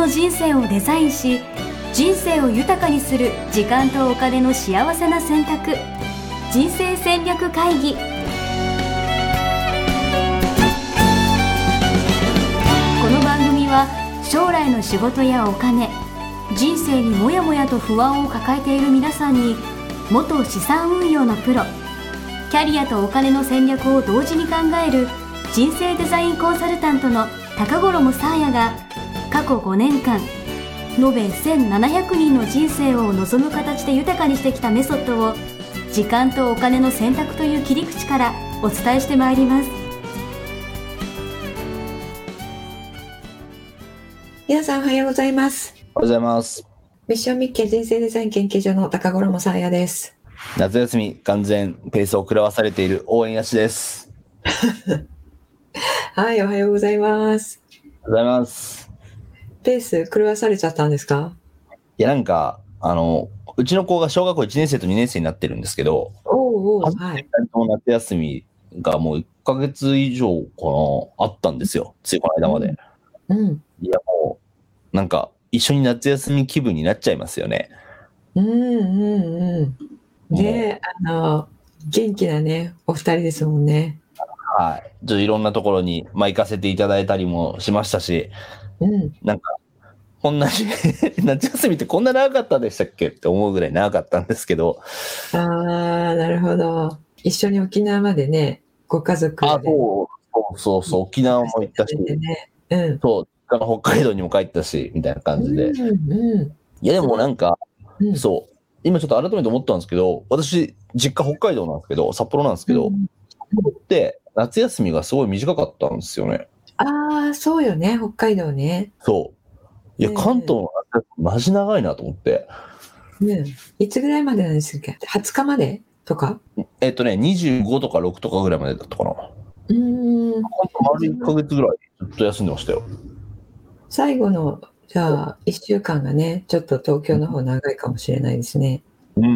の人生をデザインし、人生を豊かにする時間とお金の幸せな選択、人生戦略会議。この番組は将来の仕事やお金、人生にもやもやと不安を抱えている皆さんに、元資産運用のプロ、キャリアとお金の戦略を同時に考える人生デザインコンサルタントの高頃もさあやが、過去5年間延べ1700人の人生を望む形で豊かにしてきたメソッドを、時間とお金の選択という切り口からお伝えしてまいります。 皆さんおはようございます。 おはようございます。 ミッションミッケ人生デザイン研究所の高頃もさあやです。 夏休み完全ペースを食らわされている応援やしです。 はい、おはようございます。 おはようございます。 ペース狂わされちゃったんですか？ いや、なんかうちの子が小学校1年生と2年生になってるんですけど、 はい。 2人とも夏休みがもう1ヶ月以上かなあったんですよ。ついこの間まで。いや、もうなんか一緒に夏休み気分になっちゃいますよね。 で、元気なねお二人ですもんね。 はい。いろんなところに行かせていただいたりもしましたし、なんかこんなに夏休みってこんな長かったでしたっけって思うぐらい長かったんですけど。 なるほど。一緒に沖縄までね、ご家族で。 そう、沖縄も行ったし、そう、北海道にも帰ったし、みたいな感じで。いや、でもなんか、そう、今ちょっと改めて思ったんですけど、私、実家北海道なんですけど、札幌なんですけど、札幌って夏休みがすごい短かったんですよね。 そうよね、北海道ね。 そう。いや、関東の夏休みマジ長いなと思って。 いつぐらいまでなんですっけ？20日までとか ？25とか6とかぐらいまでだったかな。丸1ヶ月ぐらいずっと休んでましたよ。 最後のじゃあ1週間がね、ちょっと東京の方長いかもしれないですね。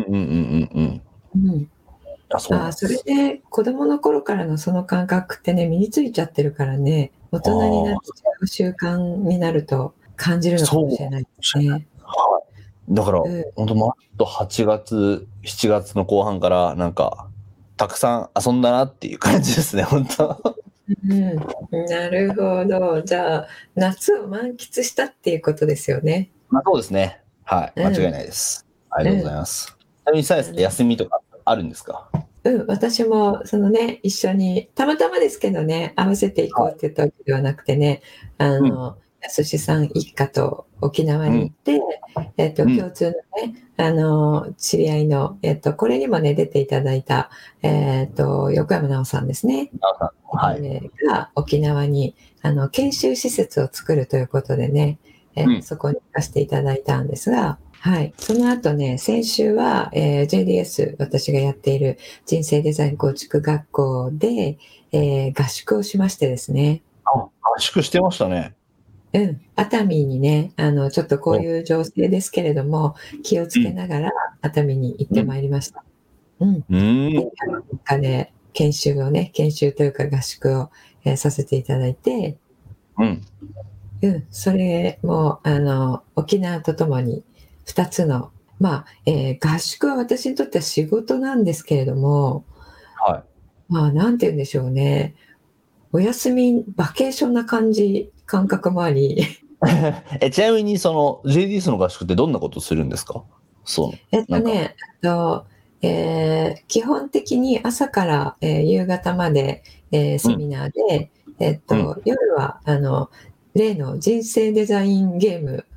それで子供の頃からのその感覚ってね、身についちゃってるからね、大人になって違う習慣になると感じるのかもしれないですね。 だから、本当もっと8月、7月の後半からなんかたくさん遊んだなっていう感じですね、本当。 なるほど。じゃあ夏を満喫したっていうことですよね。 そうですね。はい、間違いないです。ありがとうございます。ちなみにさやさん休みとかあるんですか？ 私もそのね、一緒にたまたまですけどね、合わせていこうって言ったわけではなくてね、やすしさん一家と沖縄に行って、共通のね、知り合いの、これにもね、出ていただいた、横山直さんですね。が沖縄に、研修施設を作るということでね、そこに行かせていただいたんですが、はい。その後ね、先週は、JDS、私がやっている人生デザイン構築学校で、合宿をしましてですね。 合宿してましたね。 熱海にね、ちょっとこういう情勢ですけれども、気をつけながら熱海に行ってまいりました。で、研修というか合宿を、させていただいて、それも、沖縄とともに、2つの、合宿は私にとっては仕事なんですけれども、なんて言うんでしょうね、お休み、バケーションな感覚もあり。 ちなみにその JDS の合宿ってどんなことするんですか？ 基本的に朝から、夕方まで、セミナーで、夜は例の人生デザインゲーム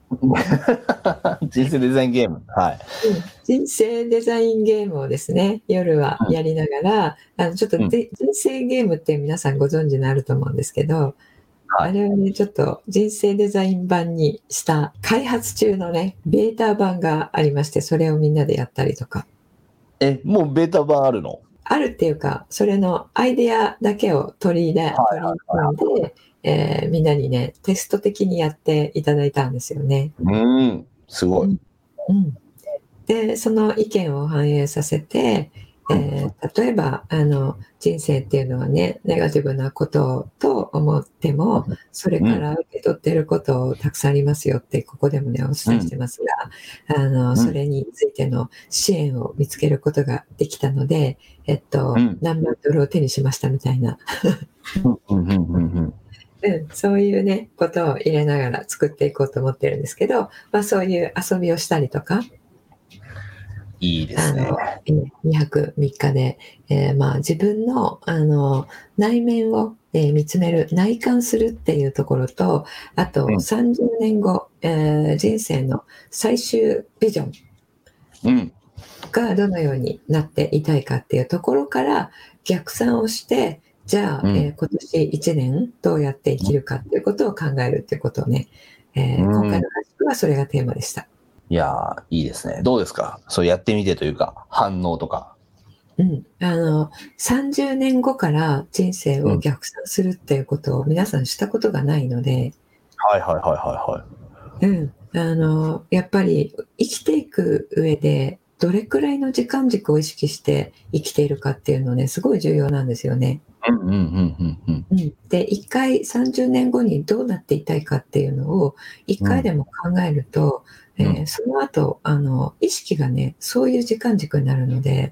人生デザインゲーム、 人生デザインゲームをですね、夜はやりながら、ちょっと人生ゲームって皆さんご存知になると思うんですけど、あれをね、ちょっと人生デザイン版にした開発中のね、ベータ版がありまして、それをみんなでやったりとか。 もうベータ版あるの？ あるっていうか、それのアイデアだけを取り込んで、みんなにね、テスト的にやっていただいたんですよね。 すごい。 で、その意見を反映させて、 例えば人生っていうのはね、ネガティブなことと思っても、それから受け取っていることたくさんありますよってここでもねお伝えしてますが、それについての支援を見つけることができたので、何万ドルを手にしましたみたいなそういうねことを入れながら作っていこうと思ってるんですけど、そういう遊びをしたりとか、 いいですね。 2泊3日で、自分の、内面を、見つめる、内観するっていうところと、あと30年後、人生の最終ビジョンがどのようになっていたいかっていうところから逆算をして、じゃあ、今年1年どうやって生きるかっていうことを考えるっていうことをね、今回の合宿はそれがテーマでした。 いやー、いいですね。どうですか？そうやってみてというか、反応とか。 30年後から人生を逆算するっていうことを皆さんしたことがないので、やっぱり生きていく上でどれくらいの時間軸を意識して生きているかっていうのね、すごい重要なんですよね。で、一回30年後にどうなっていたいかっていうのを一回でも考えると、その後意識がねそういう時間軸になるので、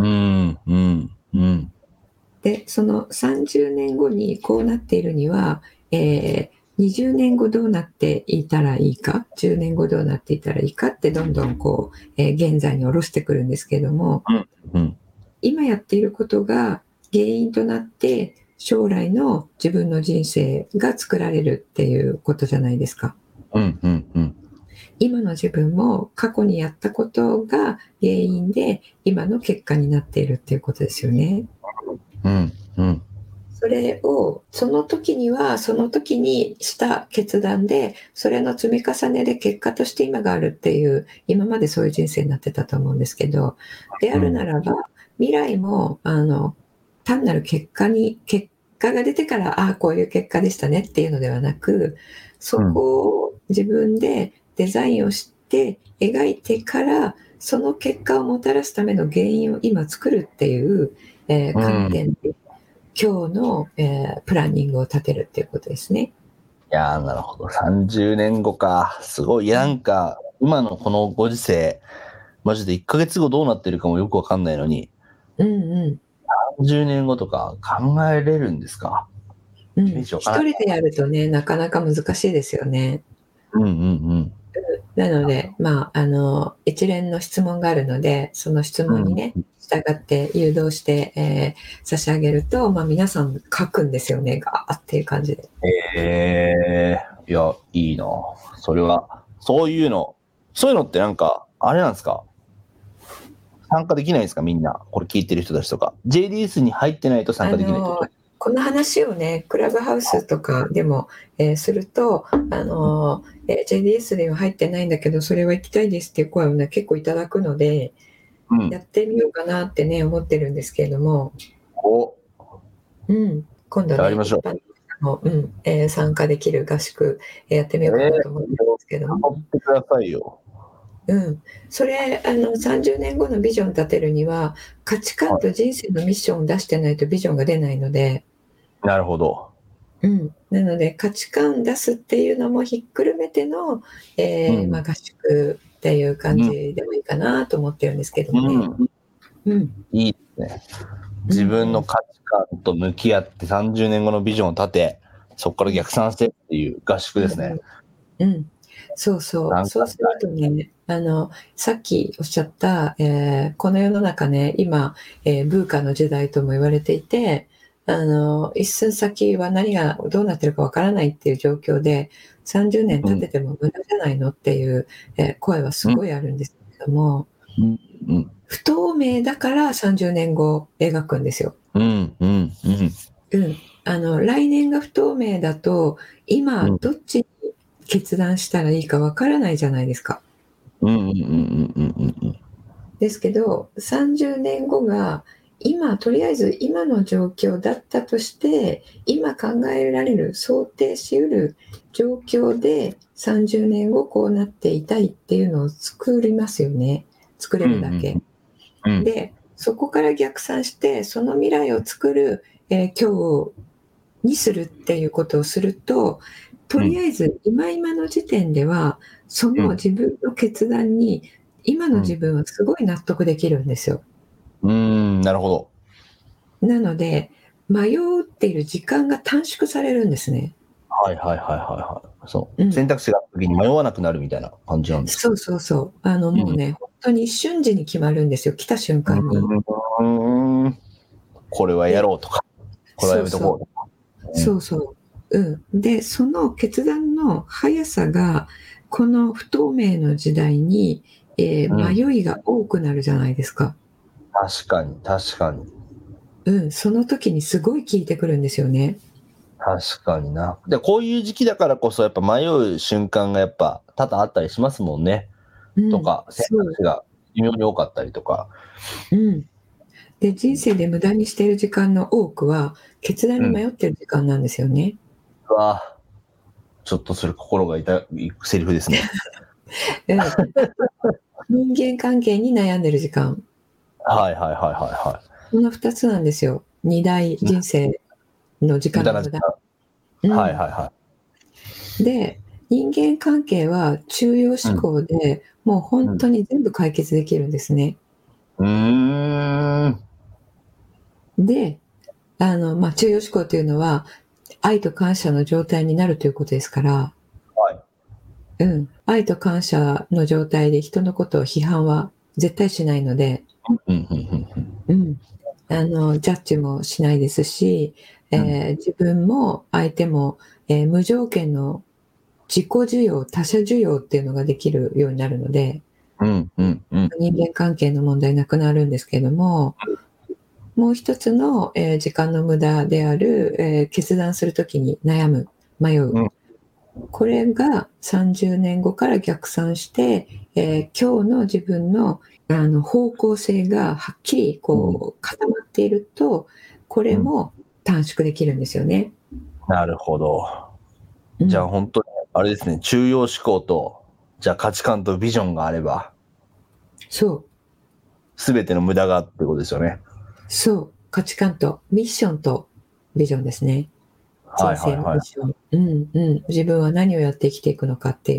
でその30年後にこうなっているには、20年後どうなっていたらいいか、10年後どうなっていたらいいかってどんどんこう、現在に下ろしてくるんですけども、今やっていることが原因となって将来の自分の人生が作られるっていうことじゃないですか。今の自分も過去にやったことが原因で今の結果になっているっていうことですよね。それをその時にはその時にした決断で、それの積み重ねで結果として今があるっていう、今までそういう人生になってたと思うんですけど、であるならば未来も単なる結果が出てからこういう結果でしたねっていうのではなく、そこを自分でデザインをして描いてからその結果をもたらすための原因を今作るっていう、観点で今日の、プランニングを立てるっていうことですね。 いやー、なるほど。30年後か。すごい。なんか今のこのご時世、マジで1ヶ月後どうなってるかもよくわかんないのに、30年後とか考えれるんですか？ 一人でやるとね、なかなか難しいですよね。なので、一連の質問があるので、その質問にね、従って誘導して、差し上げると、皆さん書くんですよね、ガーっていう感じで。 いや、いいな。それは、そういうのってなんか、あれなんですか？参加できないんですか？みんな。これ聞いてる人たちとか。JDS に入ってないと参加できないってこと？ この話をね、クラブハウスとかでも、すると、JDS では入ってないんだけど、それは行きたいですっていう声をね、結構いただくので、やってみようかなってね、思ってるんですけれども、今度ね、 やりましょう。 参加できる合宿、やってみようかなと思ってるんですけども。 頑張ってくださいよ。 それ30年後のビジョン立てるには価値観と人生のミッションを出してないとビジョンが出ないので、 なるほど。 なので価値観出すっていうのもひっくるめての、合宿っていう感じでもいいかなと思ってるんですけどもね。 いいですね。自分の価値観と向き合って30年後のビジョンを立て、そこから逆算してっていう合宿ですね。 そうするとね、さっきおっしゃった、この世の中ね、今、ブーカの時代とも言われていて、一寸先は何がどうなってるかわからないっていう状況で、30年経ってても無駄じゃないのっていう、声はすごいあるんですけども、不透明だから30年後描くんですよ。来年が不透明だと、今どっちに決断したらいいかわからないじゃないですか。ですけど30年後がとりあえず今の状況だったとして、今考えられる想定しうる状況で30年後こうなっていたいっていうのを作りますよね。作れるだけ。でそこから逆算してその未来を作る、今日にするっていうことをすると、とりあえず今の時点ではその自分の決断に今の自分はすごい納得できるんですよ。 なるほど。なので迷っている時間が短縮されるんですね。 はいはいはいはいはい。そう。選択肢があった時に迷わなくなるみたいな感じなんですか？ そう。もうね、本当に瞬時に決まるんですよ。来た瞬間に。 これはやろうとか、これはやめとこうとか。 そう。で、その決断の速さが、この不透明の時代に、迷いが多くなるじゃないですか。 確かに。 その時にすごい効いてくるんですよね。 確かにな。で、こういう時期だからこそ、やっぱ迷う瞬間がやっぱ多々あったりしますもんね。とか、選択肢が微妙に多かったりとか。 で、人生で無駄にしている時間の多くは、決断に迷っている時間なんですよね。 ちょっとそれ心が痛いセリフですね。 人間関係に悩んでる時間。 はい。 この2つなんですよ。2大人生の時間の無駄。で、人間関係は中庸思考で、もう本当に全部解決できるんですね。で、中庸思考というのは愛と感謝の状態になるということですから、愛と感謝の状態で人のことを批判は絶対しないので、ジャッジもしないですし、自分も相手も、無条件の自己需要、他者需要っていうのができるようになるので、人間関係の問題なくなるんですけれども、もう一つの、時間の無駄である、決断するときに悩む、迷う。これが30年後から逆算して、今日の自分の、方向性がはっきりこう固まっていると、これも短縮できるんですよね。 なるほど。じゃあ本当にあれですね、中庸思考と、じゃあ価値観とビジョンがあれば、すべての無駄がってことですよね。 価値観とミッションとビジョンですね。人生のミッション。自分は何をやって生きていくのかっていう。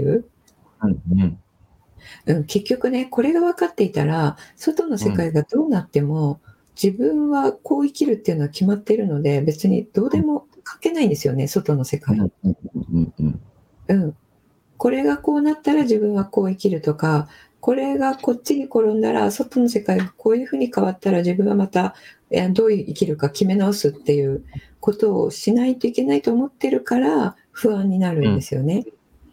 結局ね、これが分かっていたら、外の世界がどうなっても、自分はこう生きるっていうのは決まっているので、別にどうでも関係ないんですよね、外の世界。これがこうなったら自分はこう生きるとか、これがこっちに転んだら、外の世界がこういうふうに変わったら自分はまたどういう生きるか決め直すっていうことをしないといけないと思ってるから不安になるんですよね。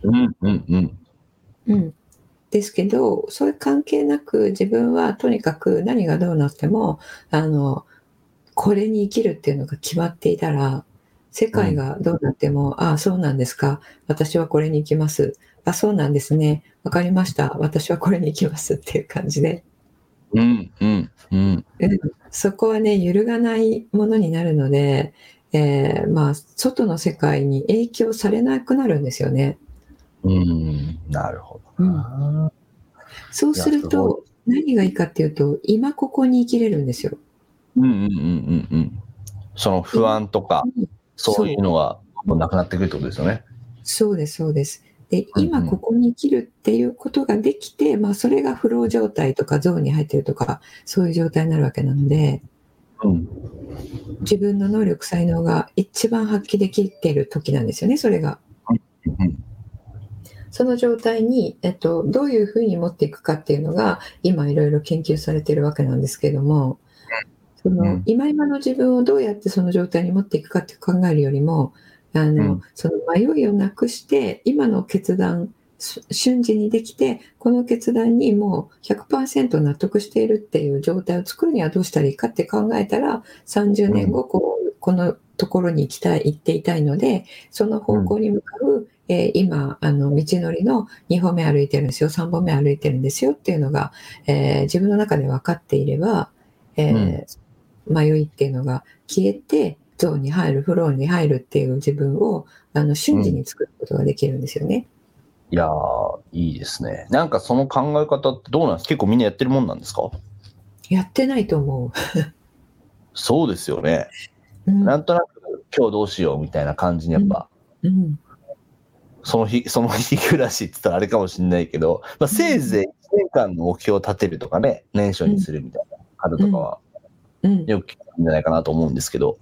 ですけど、それ関係なく自分はとにかく何がどうなってもこれに生きるっていうのが決まっていたら、世界がどうなっても、そうなんですか、私はこれに行きます。そうなんですね、わかりました、私はこれに行きますっていう感じで。そこはね、揺るがないものになるので、外の世界に影響されなくなるんですよね。 なるほど。 そうすると、何がいいかっていうと、今ここに生きれるんですよ。 その不安とか、そういうのがもうなくなってくるってことですよね。 そうです。で、今ここに生きるっていうことができて、それがフロー状態とかゾーンに入ってるとか、そういう状態になるわけなので、自分の能力、才能が一番発揮できている時なんですよね、それが。その状態に、どういうふうに持っていくかっていうのが、今いろいろ研究されているわけなんですけれども、今の自分をどうやってその状態に持っていくかって考えるよりも、その迷いをなくして、今の決断、瞬時にできて、この決断にもう 100% 納得しているっていう状態を作るにはどうしたらいいかって考えたら、30年後、このところに行っていたいので、その方向に向かう、今、道のりの2歩目歩いてるんですよ、3歩目歩いてるんですよっていうのが、自分の中で分かっていれば、迷いっていうのが消えて、ゾーンに入る、フローに入るっていう自分を瞬時に作ることができるんですよね。 いやー、いいですね。なんかその考え方ってどうなんですか？結構みんなやってるもんなんですか？ やってないと思う。 そうですよね。なんとなく今日どうしようみたいな感じにやっぱ、その日暮らしって言ったらあれかもしれないけど、せいぜい1年間の目標を立てるとかね、年初にするみたいな方とかは、よく聞くんじゃないかなと思うんですけど。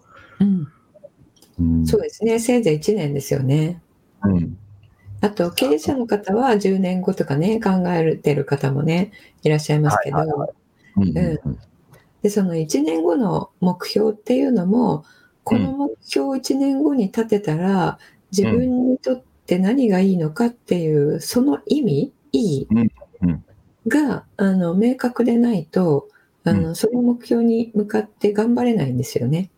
そうですね。せいぜい1年ですよね。あと、経営者の方は10年後とかね、考えてる方もね、いらっしゃいますけど、で、その1年後の目標っていうのも、この目標を1年後に立てたら、自分にとって何がいいのかっていう、その意義が、明確でないと、その目標に向かって頑張れないんですよね。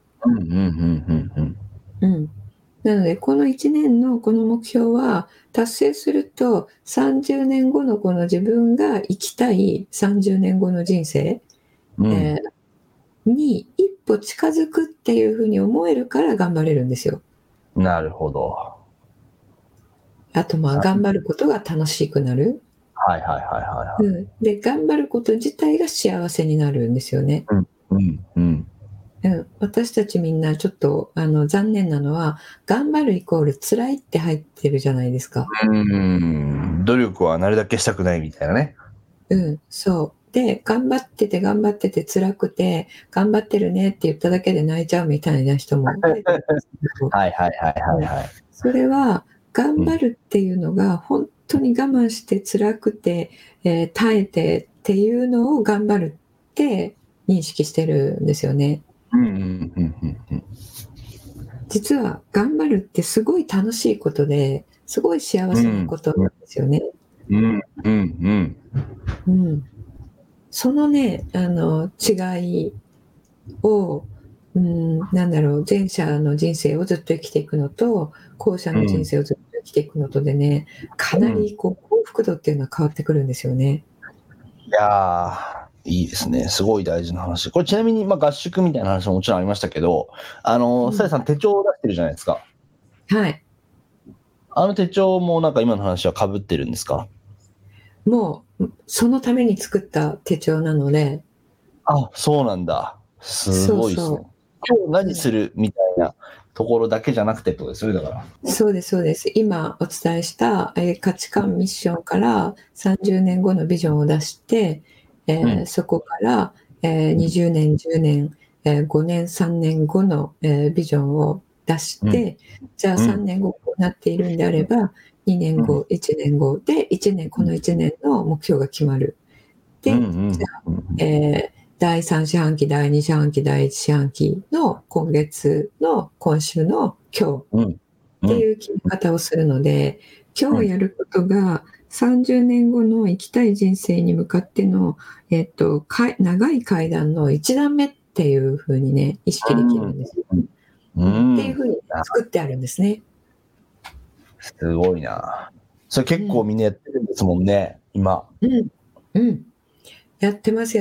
なので、この1年のこの目標は達成すると、30年後のこの自分が生きたい30年後の人生、に一歩近づくっていうふうに思えるから頑張れるんですよ。 なるほど。 あと、頑張ることが楽しくなる。で、頑張ること自体が幸せになるんですよね。私たちみんなちょっと残念なのは、頑張るイコール辛いって入ってるじゃないですか。 努力はなるだけしたくないみたいなね。 そう。で、頑張ってて辛くて、頑張ってるねって言っただけで泣いちゃうみたいな人もそれは、頑張るっていうのが、本当に我慢して辛くて、耐えてっていうのを頑張るって認識してるんですよね。実は頑張るってすごい楽しいことで、すごい幸せなことなんですよね。そのね、違いを、前者の人生をずっと生きていくのと、後者の人生をずっと生きていくのとでね、かなり幸福度っていうのは変わってくるんですよね。 いやー、いいですね。すごい大事な話。これちなみに、合宿みたいな話ももちろんありましたけど、さやさん手帳を出してるじゃないですか。 はい。 手帳もなんか今の話は被ってるんですか？ もう、そのために作った手帳なので。 あ、そうなんだ。すごいですね。今日何するみたいなところだけじゃなくてってことですよね、だから。 そうです、そうです。今お伝えした価値観ミッションから30年後のビジョンを出して、そこから20年、10年、5年、3年後のビジョンを出して、じゃあ3年後こうなっているんであれば、2年後、1年後でこの1年の目標が決まる。で、じゃあ、第3四半期、第2四半期、第1四半期の今週の今日っていう決め方をするので、今日やることが30年後の生きたい人生に向かっての、長い階段の1段目っていうふうにね、意識できるんですよ。っていうふうに作ってあるんですね。 すごいな。それ結構みんなやってるんですもんね、今。 やってます。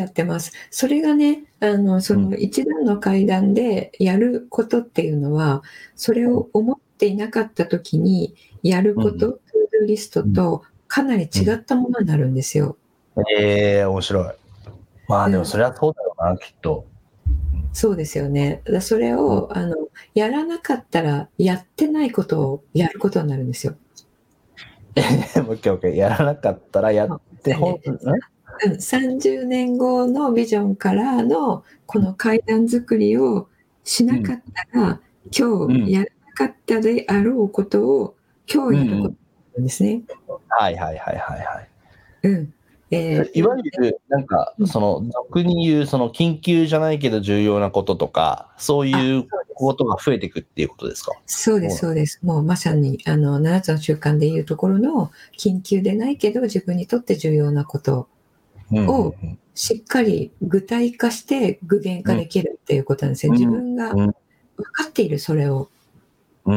それがね、その一段の階段でやることっていうのは、それを思っていなかった時にやること、トゥードゥリストとかなり違ったものになるんですよ。 面白い。でもそれはそうだろうな、きっと。 そうですよね。それを、やらなかったらやってないことをやることになるんですよ。 もう一回、やらなかったらやって 30年後のビジョンからのこの階段作りをしなかったら、今日やらなかったであろうことを今日やることなんですね。 いわゆるなんか俗に言う緊急じゃないけど重要なこととか、そういうことが増えていくっていうことですか？ そうです。もうまさに7つの習慣でいうところの緊急でないけど自分にとって重要なことをしっかり具体化して具現化できるっていうことなんですね。自分が分かっている、それを。な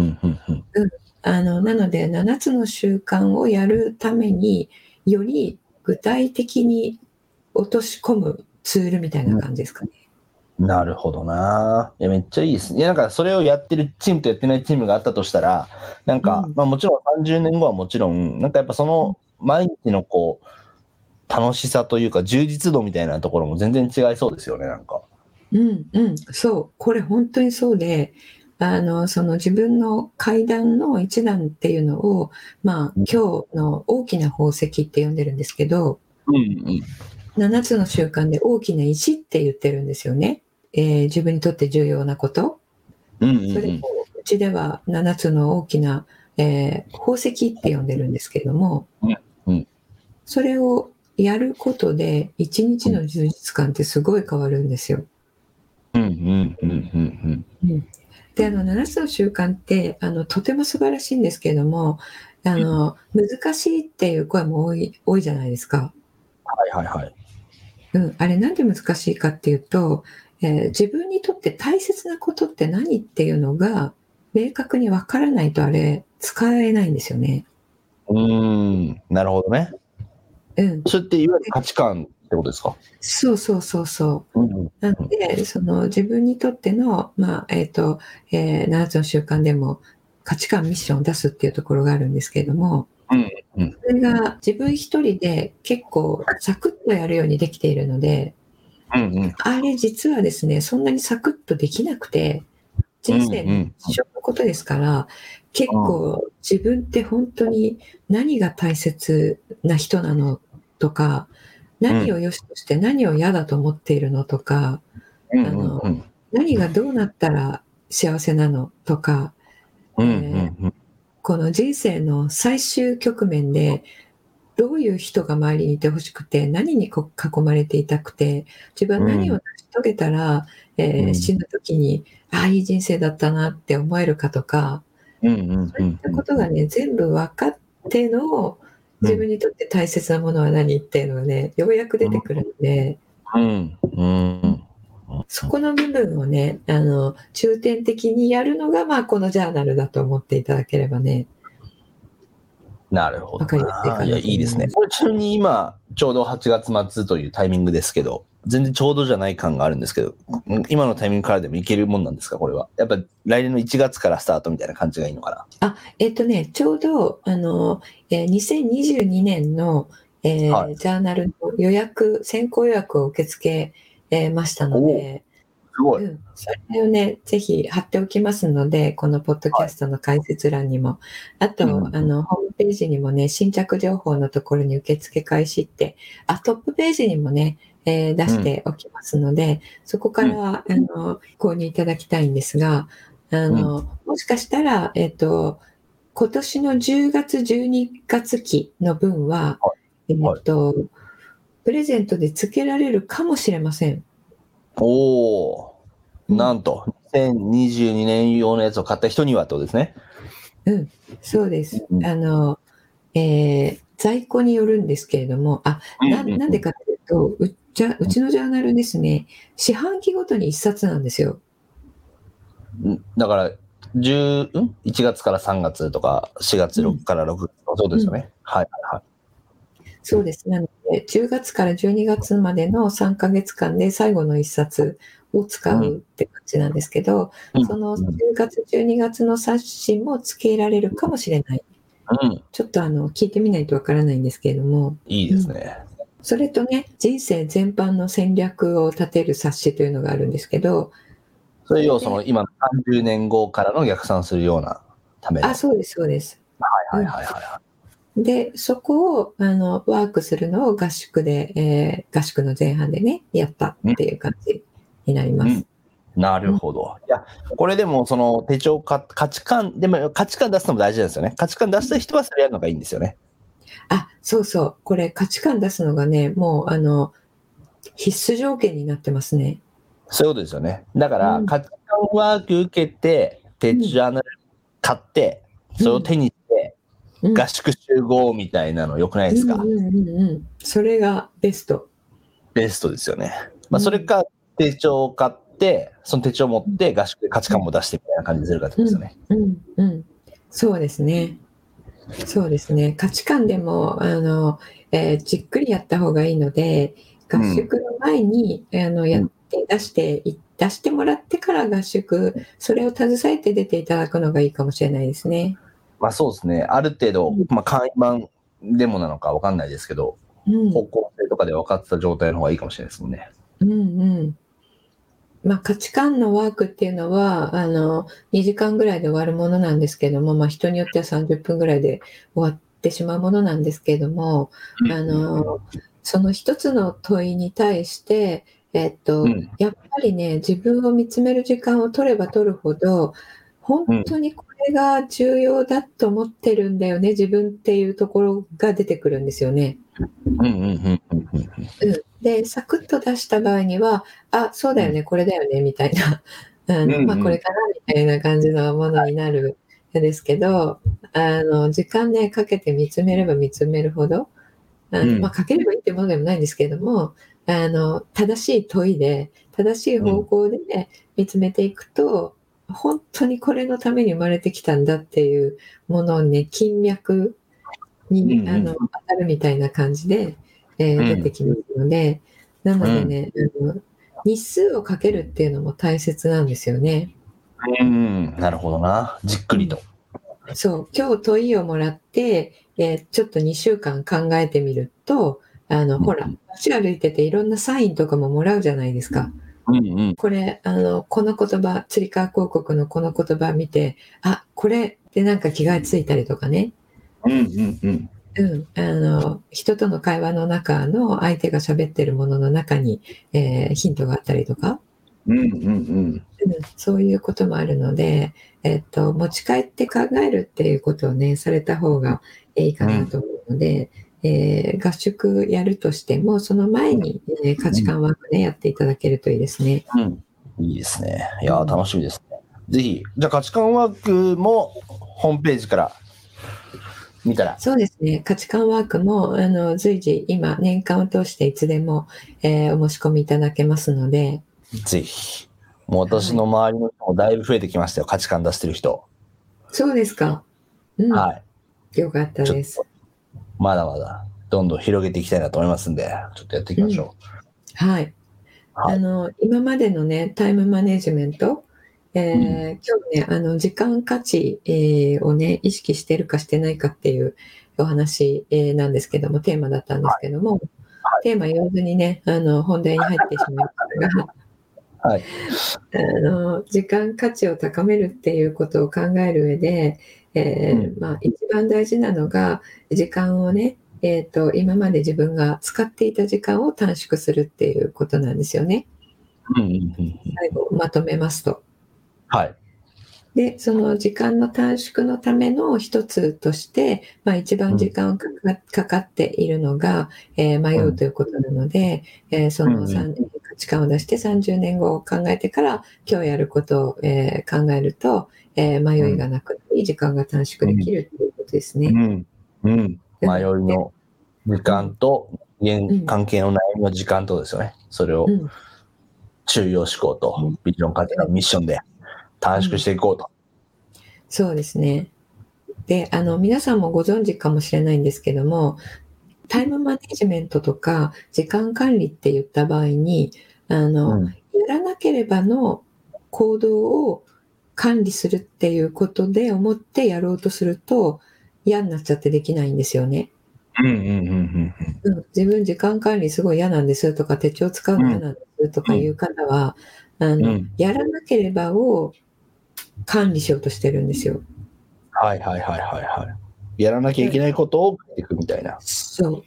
ので7つの習慣をやるためにより具体的に落とし込むツールみたいな感じですかね。 なるほどな。めっちゃいいですね。なんかそれをやってるチームとやってないチームがあったとしたら、なんか、もちろん30年後はもちろん、なんかやっぱその毎日の楽しさというか充実度みたいなところも全然違いそうですよね、なんか。 そう、これ本当にそうで、その自分の階段の一段っていうのを、今日の大きな宝石って呼んでるんですけど、7つの習慣で大きな石って言ってるんですよね。自分にとって重要なこと。それをうちでは7つの大きな、宝石って呼んでるんですけども、それをやることで一日の充実感ってすごい変わるんですよ。で、7つの習慣ってとても素晴らしいんですけれども、難しいっていう声も多いじゃないですか。あれなんで難しいかっていうと、自分にとって大切なことって何っていうのが明確にわからないとあれ使えないんですよね。 なるほどね。それっていわゆる価値観ってことですか？そう。 なので、その自分にとっての、7つの習慣でも価値観、ミッションを出すっていうところがあるんですけれども、それが自分一人で結構サクッとやるようにできているので、あれ実はですね、そんなにサクッとできなくて、人生の一生のことですから、結構自分って本当に何が大切な人なのとか、何を良しとして何を嫌だと思っているのとか、何がどうなったら幸せなのとか、この人生の最終局面でどういう人が周りにいてほしくて、何に囲まれていたくて、自分は何を成し遂げたら、死ぬ時にいい人生だったなって思えるかとか、そういったことがね全部分かっての自分にとって大切なものは何っていうのがねようやく出てくるので、そこの部分をね重点的にやるのがこのジャーナルだと思っていただければね。 なるほど。いや、いいですね。これちなみに今ちょうど8月末というタイミングですけど、全然ちょうどじゃない感があるんですけど、今のタイミングからでもいけるもんなんですか、これは。やっぱ来年の1月からスタートみたいな感じがいいのかな。 ちょうど2022年の、ジャーナルの予約、先行予約を受け付けましたので、 すごい。 それをね、ぜひ貼っておきますので、このポッドキャストの解説欄にも、あと、ホームページにもね、新着情報のところに受付開始って、トップページにもね、出しておきますので、そこから購入いただきたいんですが、もしかしたら、今年の10月、12月期の分は、プレゼントで付けられるかもしれません。 なんと、2022年用のやつを買った人にはってことですね。 そうです。在庫によるんですけれども、なんでかというと、うちのジャーナルですね、四半期ごとに1冊なんですよ。 だから1月から3月とか4月から6月とかそうですよね。 そうです。なので10月から12月までの3ヶ月間で最後の1冊を使うって感じなんですけど、その10月12月の冊子も付けられるかもしれない。ちょっと聞いてみないとわからないんですけれども。 いいですね。 それとね、人生全般の戦略を立てる冊子というのがあるんですけど、 それをその今の30年後からの逆算するようなための。 そうです、そうです。で、そこをワークするのを合宿の前半でね、やったっていう感じになります。 なるほど。いや、これでもその手帳価値観出すのも大事なんですよね。価値観出した人はそれやるのがいいんですよね。 そうそう。これ価値観出すのがね、もう必須条件になってますね。 そういうことですよね。だから、価値観ワーク受けて、手帳ジャーナル買って、それを手にして、合宿集合みたいなの良くないですか？ それがベスト。 ベストですよね。それか、手帳を買って、その手帳を持って合宿で価値観も出してみたいな感じにするかってことですよね。 そうですね。そうですね。価値観でもじっくりやった方がいいので、合宿の前にやって出してもらってから合宿、それを携えて出ていただくのがいいかもしれないですね。 そうですね。ある程度、簡易版でもなのかわかんないですけど、 方向性とかで分かってた状態の方がいいかもしれないですもんね。 価値観のワークっていうのは2時間ぐらいで終わるものなんですけども、人によっては30分ぐらいで終わってしまうものなんですけども、その一つの問いに対して、やっぱりね、自分を見つめる時間を取れば取るほど、本当にこれが重要だと思ってるんだよね、自分っていうところが出てくるんですよね。で、サクッと出した場合には、そうだよね、これだよね、みたいな、これかな、みたいな感じのものになるんですけど、時間ね、かけて見つめれば見つめるほど、かければいいってものでもないんですけれども、正しい問いで、正しい方向で、見つめていくと、本当にこれのために生まれてきたんだっていうものをね、金脈に当たるみたいな感じで、出てきますので、なのでね、日数をかけるっていうのも大切なんですよね。 なるほどな。じっくりと。 そう、今日問いをもらって、ちょっと2週間考えてみると、ほら、街歩いてていろんなサインとかももらうじゃないですか。これ、この言葉、つり革広告のこの言葉見て、これってなんか気がついたりとかね。人との会話の中の相手が喋ってるものの中に、ヒントがあったりとか。そういうこともあるので、持ち帰って考えるっていうことをね、された方がいいかなと思うので、合宿やるとしても、その前に、価値観ワークね、やっていただけるといいですね。 いいですね。いや、楽しみですね。ぜひ、じゃあ価値観ワークもホームページから見たら。 そうですね。価値観ワークも、随時、今、年間を通していつでも、お申し込みいただけますので。 ぜひ。もう私の周りの人もだいぶ増えてきましたよ。価値観出してる人。 そうですか。 はい。 よかったです。 まだまだ、どんどん広げていきたいなと思いますんで、ちょっとやっていきましょう。はい。今までのね、タイムマネジメント、今日ね、時間価値、をね、意識してるかしてないかっていうお話、なんですけども、テーマだったんですけども、テーマ言わずにね、本題に入ってしまいましたが、時間価値を高めるっていうことを考える上で、一番大事なのが、時間をね、今まで自分が使っていた時間を短縮するっていうことなんですよね。最後、まとめますと。で、その時間の短縮のための一つとして、一番時間がかかっているのが、迷うということなので、その価値観を出して30年後を考えてから今日やることを、考えると、迷いがなくなり時間が短縮できるということですね。 迷いの時間と関係の悩みの時間とですよね。それを中庸思考とビジョン価値のミッションで短縮していこうと。 そうですね。で、皆さんもご存知かもしれないんですけども、タイムマネジメントとか時間管理って言った場合に、やらなければの行動を管理するっていうことで思ってやろうとすると嫌になっちゃってできないんですよね。自分時間管理すごい嫌なんですとか手帳使うの嫌なんですとかいう方は、やらなければを管理しようとしてるんですよ。 やらなきゃいけないことを書いていくみたいな。 そう。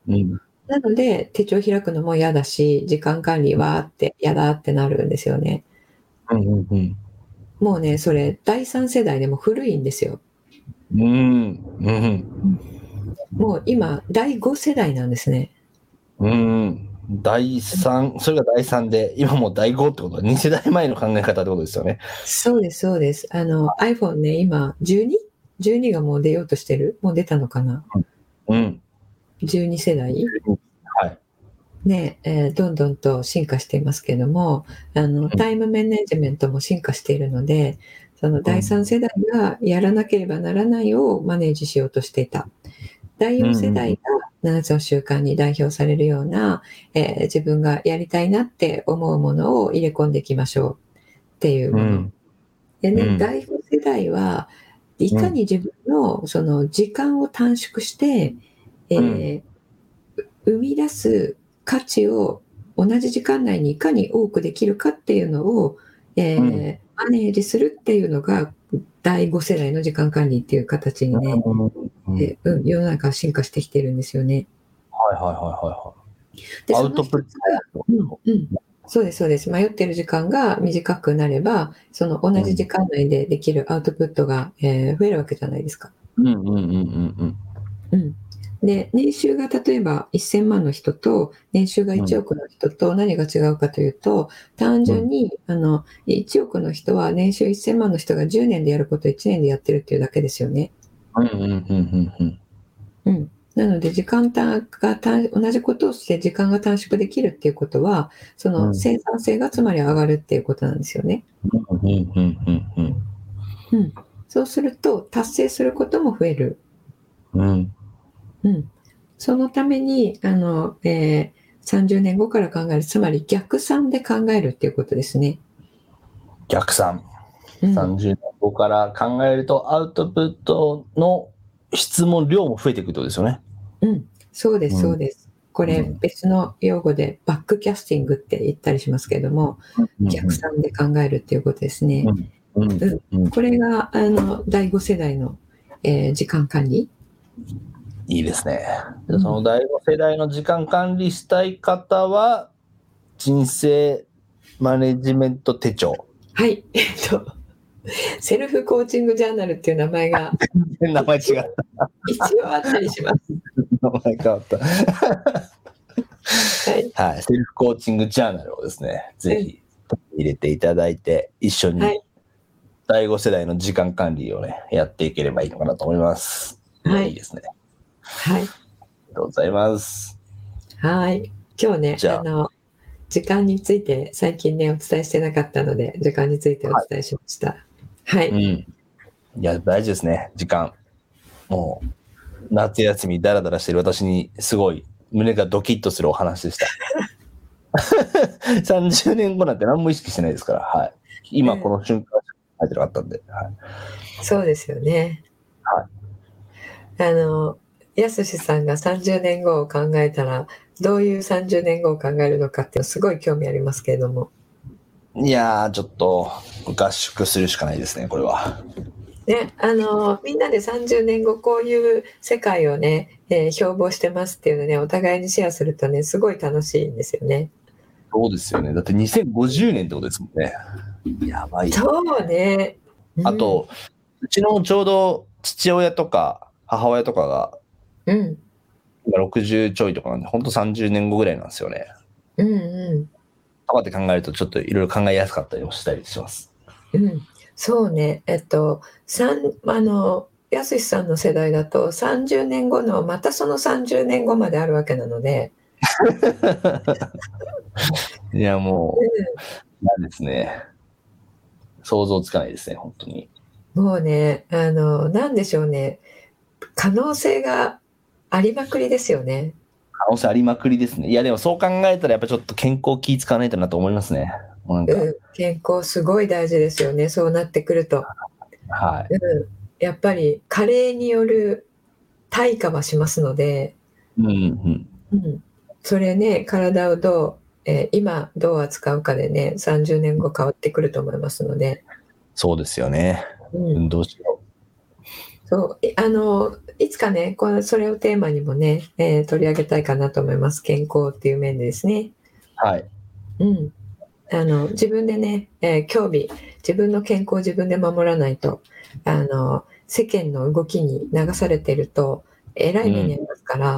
なので手帳開くのも嫌だし、時間管理はって嫌だってなるんですよね。もうね、それ第3世代でも古いんですよ。もう今第5世代なんですね。 第3、それが第3で、今もう第5ってことは2世代前の考え方ってことですよね。 そうです、そうです。iPhone ね、今 12?12 がもう出ようとしてる？もう出たのかな？12世代？ね、どんどんと進化していますけども、タイムマネジメントも進化しているので、その第3世代がやらなければならないをマネージしようとしていた。第4世代が7つの習慣に代表されるような、自分がやりたいなって思うものを入れ込んでいきましょうっていうもの。でね、第5世代はいかに自分のその時間を短縮して、 生み出す価値を同じ時間内にいかに多くできるかっていうのを、マネージするっていうのが第5世代の時間管理っていう形にね、世の中は進化してきてるんですよね。 はいはいはいはい。 で、アウトプット。そうですそうです。迷ってる時間が短くなれば、その同じ時間内でできるアウトプットが、増えるわけじゃないですか。で、年収が例えば1000万の人と年収が1億の人と何が違うかというと、単純に1億の人は年収1000万の人が10年でやることを1年でやってるっていうだけですよね。なので時間が同じことをして時間が短縮できるっていうことは、その生産性がつまり上がるっていうことなんですよね。そうすると達成することも増える。そのために30年後から考える、つまり逆算で考えるっていうことですね。 逆算。30年後から考えるとアウトプットの質問量も増えていくってことですよね。 そうですそうです。これ別の用語でバックキャスティングって言ったりしますけれども、逆算で考えるっていうことですね。これが第5世代の、時間管理。 いいですね。その第5世代の時間管理したい方は、人生マネジメント手帳。 はい。セルフコーチングジャーナルっていう名前が。 名前違った。 一応あったりします。 名前変わった。はい。セルフコーチングジャーナルをですね、ぜひ入れていただいて、一緒に第5世代の時間管理をね、やっていければいいのかなと思います。いいですね。 はい。ありがとうございます。 はい。今日ね、時間について最近ね、お伝えしてなかったので、時間についてお伝えしました。はい。 いや、大事ですね、時間。もう、夏休みダラダラしてる私に、すごい、胸がドキッとするお話でした。30年後なんて何も意識してないですから、はい。今この瞬間しか入ってなかったんで。 そうですよね。やすしさんが30年後を考えたら、どういう30年後を考えるのかってすごい興味ありますけれども。 いやー、ちょっと合宿するしかないですね、これは。 ね、みんなで30年後こういう世界をね、標榜してますっていうのね、お互いにシェアするとね、すごい楽しいんですよね。 そうですよね。だって2050年ってことですもんね。やばい。 そうね。 あと、うちのちょうど父親とか母親とかが、今60ちょいとかなんで、ほんと30年後ぐらいなんですよね。とかって考えると、ちょっといろいろ考えやすかったりもしたりします。 そうね。やすしさんの世代だと30年後のまたその30年後まであるわけなので。 いや、もう、なんですね。想像つかないですね、本当に。 もうね、なんでしょうね。可能性がありまくりですよね。 可能性ありまくりですね。いや、でもそう考えたらやっぱちょっと健康気使わないとなと思いますね。 健康すごい大事ですよね。そうなってくると。やっぱり加齢による退化はしますので、それね、体を今どう扱うかでね、30年後変わってくると思いますので。 そうですよね。運動しよう。そう、いつかね、それをテーマにもね、取り上げたいかなと思います。健康っていう面でですね。 はい。 自分でね、自分の健康を自分で守らないと、世間の動きに流されてると、えらい目にありますから、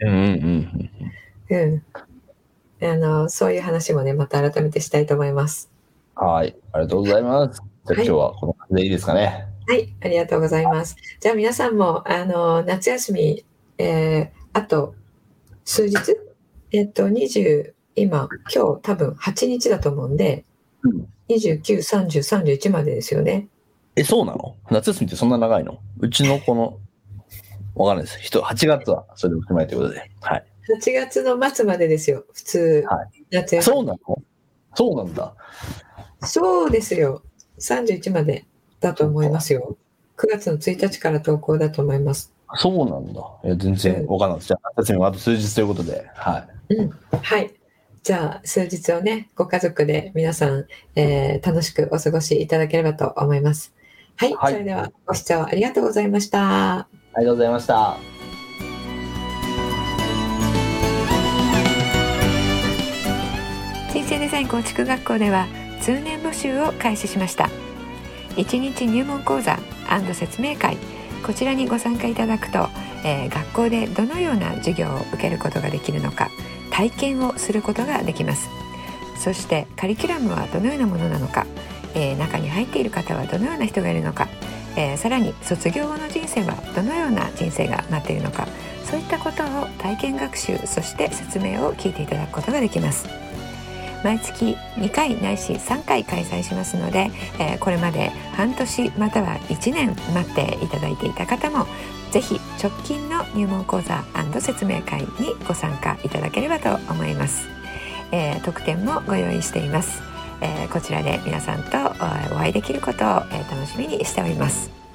そういう話もね、また改めてしたいと思います。 はい、ありがとうございます。じゃあ今日はこの感じでいいですかね。 はい、ありがとうございます。じゃあ皆さんも、夏休み、あと数日、今日多分8日だと思うんで、29、30、31までですよね。 そうなの？夏休みってそんな長いの？うちの子の、わかんないです。8月はそれを踏まえということで。はい。 8月の末までですよ、普通。 夏休み。そうなの？そうなんだ。 そうですよ。31までだと思いますよ。9月の1日から登校だと思います。 そうなんだ。いや全然わかんないです。じゃあ夏休みもあと数日ということで、はい。 はい。じゃあ数日をね、ご家族で皆さん、楽しくお過ごしいただければと思います。はい、それではご視聴ありがとうございました。 ありがとうございました。 人生デザイン構築学校では通年募集を開始しました。1日入門講座&説明会、こちらにご参加いただくと、学校でどのような授業を受けることができるのか、体験をすることができます。そしてカリキュラムはどのようなものなのか、中に入っている方はどのような人がいるのか、さらに卒業後の人生はどのような人生が待っているのか、そういったことを体験学習、そして説明を聞いていただくことができます。毎月2回ないし3回開催しますので、これまで半年または1年待っていただいていた方もぜひ直近の入門講座&説明会にご参加いただければと思います。特典もご用意しています。こちらで皆さんとお会いできることを楽しみにしております。